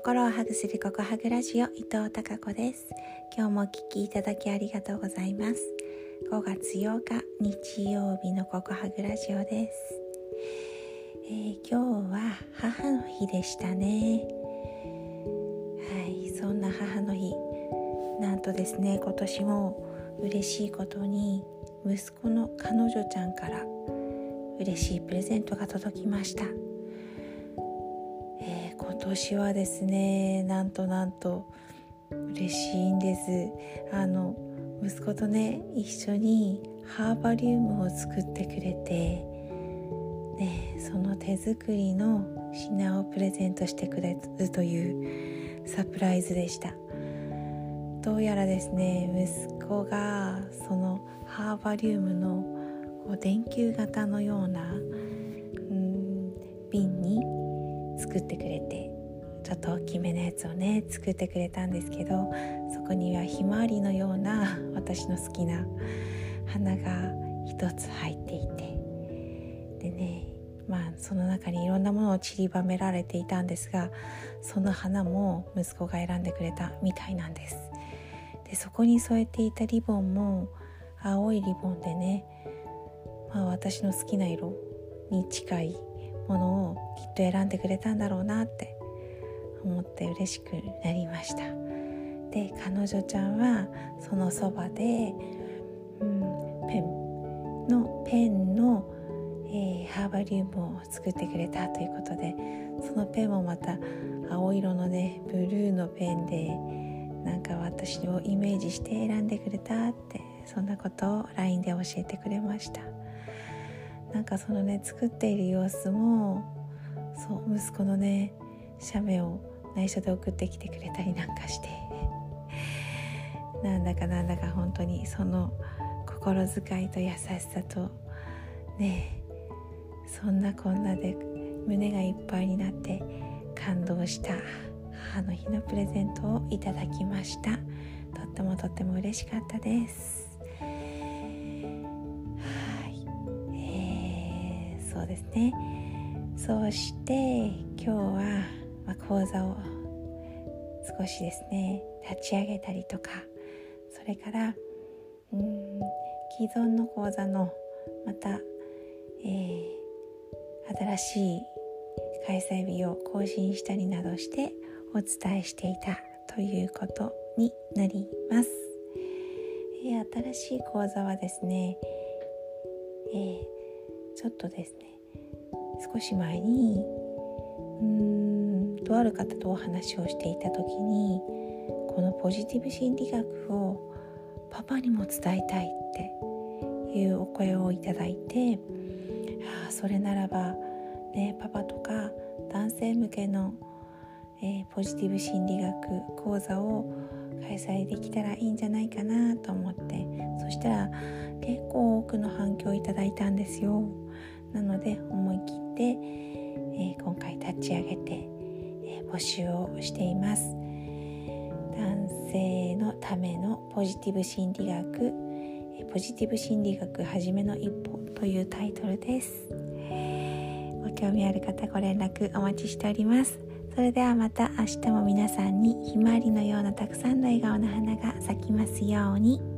心をハグするココハグラジオ、伊藤孝子です。今日もお聞きいただきありがとうございます。5月8日日曜日のココハグラジオです。今日は母の日でしたね。はい、そんな母の日、なんとですね、今年も嬉しいことに息子の彼女ちゃんから嬉しいプレゼントが届きました。今年はですね、なんと嬉しいんです。息子とね、一緒にハーバリウムを作ってくれて、その手作りの品をプレゼントしてくれるというサプライズでした。どうやらですね、息子がそのハーバリウムの電球型のような瓶に作ってくれて、ちょっと大きめのやつをね作ってくれたんですけど、そこにはひまわりのような私の好きな花が一つ入っていて、でね、その中にいろんなものを散りばめられていたんですが、その花も息子が選んでくれたみたいなんです。でそこに添えていたリボンも青いリボンでね、私の好きな色に近いものをきっと選んでくれたんだろうなって思って嬉しくなりました。で彼女ちゃんはそのそばで、ペンのハーバリウムを作ってくれたということで、そのペンもまた青色のねブルーのペンで、なんか私をイメージして選んでくれたって、そんなことを LINE で教えてくれました。なんかそのね作っている様子も、そう息子のね写メを内緒で送ってきてくれたりなんかして、なんだか本当にその心遣いと優しさとね、そんなこんなで胸がいっぱいになって感動した母の日のプレゼントをいただきました。とっても嬉しかったです。そうですね。そして今日は、講座を少しですね立ち上げたりとか、それから既存の講座のまた、新しい開催日を更新したりなどしてお伝えしていたということになります。新しい講座はですね、ちょっとですね少し前にとある方とお話をしていた時に、このポジティブ心理学をパパにも伝えたいっていうお声をいただいて、それならば、パパとか男性向けの、ポジティブ心理学講座を開催できたらいいんじゃないかなと思って、そしたら結構多くの反響をいただいたんですよ。なので思い切って、今回立ち上げて、募集をしています。男性のためのポジティブ心理学、ポジティブ心理学はじめの一歩というタイトルです。ご興味ある方ご連絡お待ちしております。それではまた明日も皆さんにひまわりのようなたくさんの笑顔の花が咲きますように。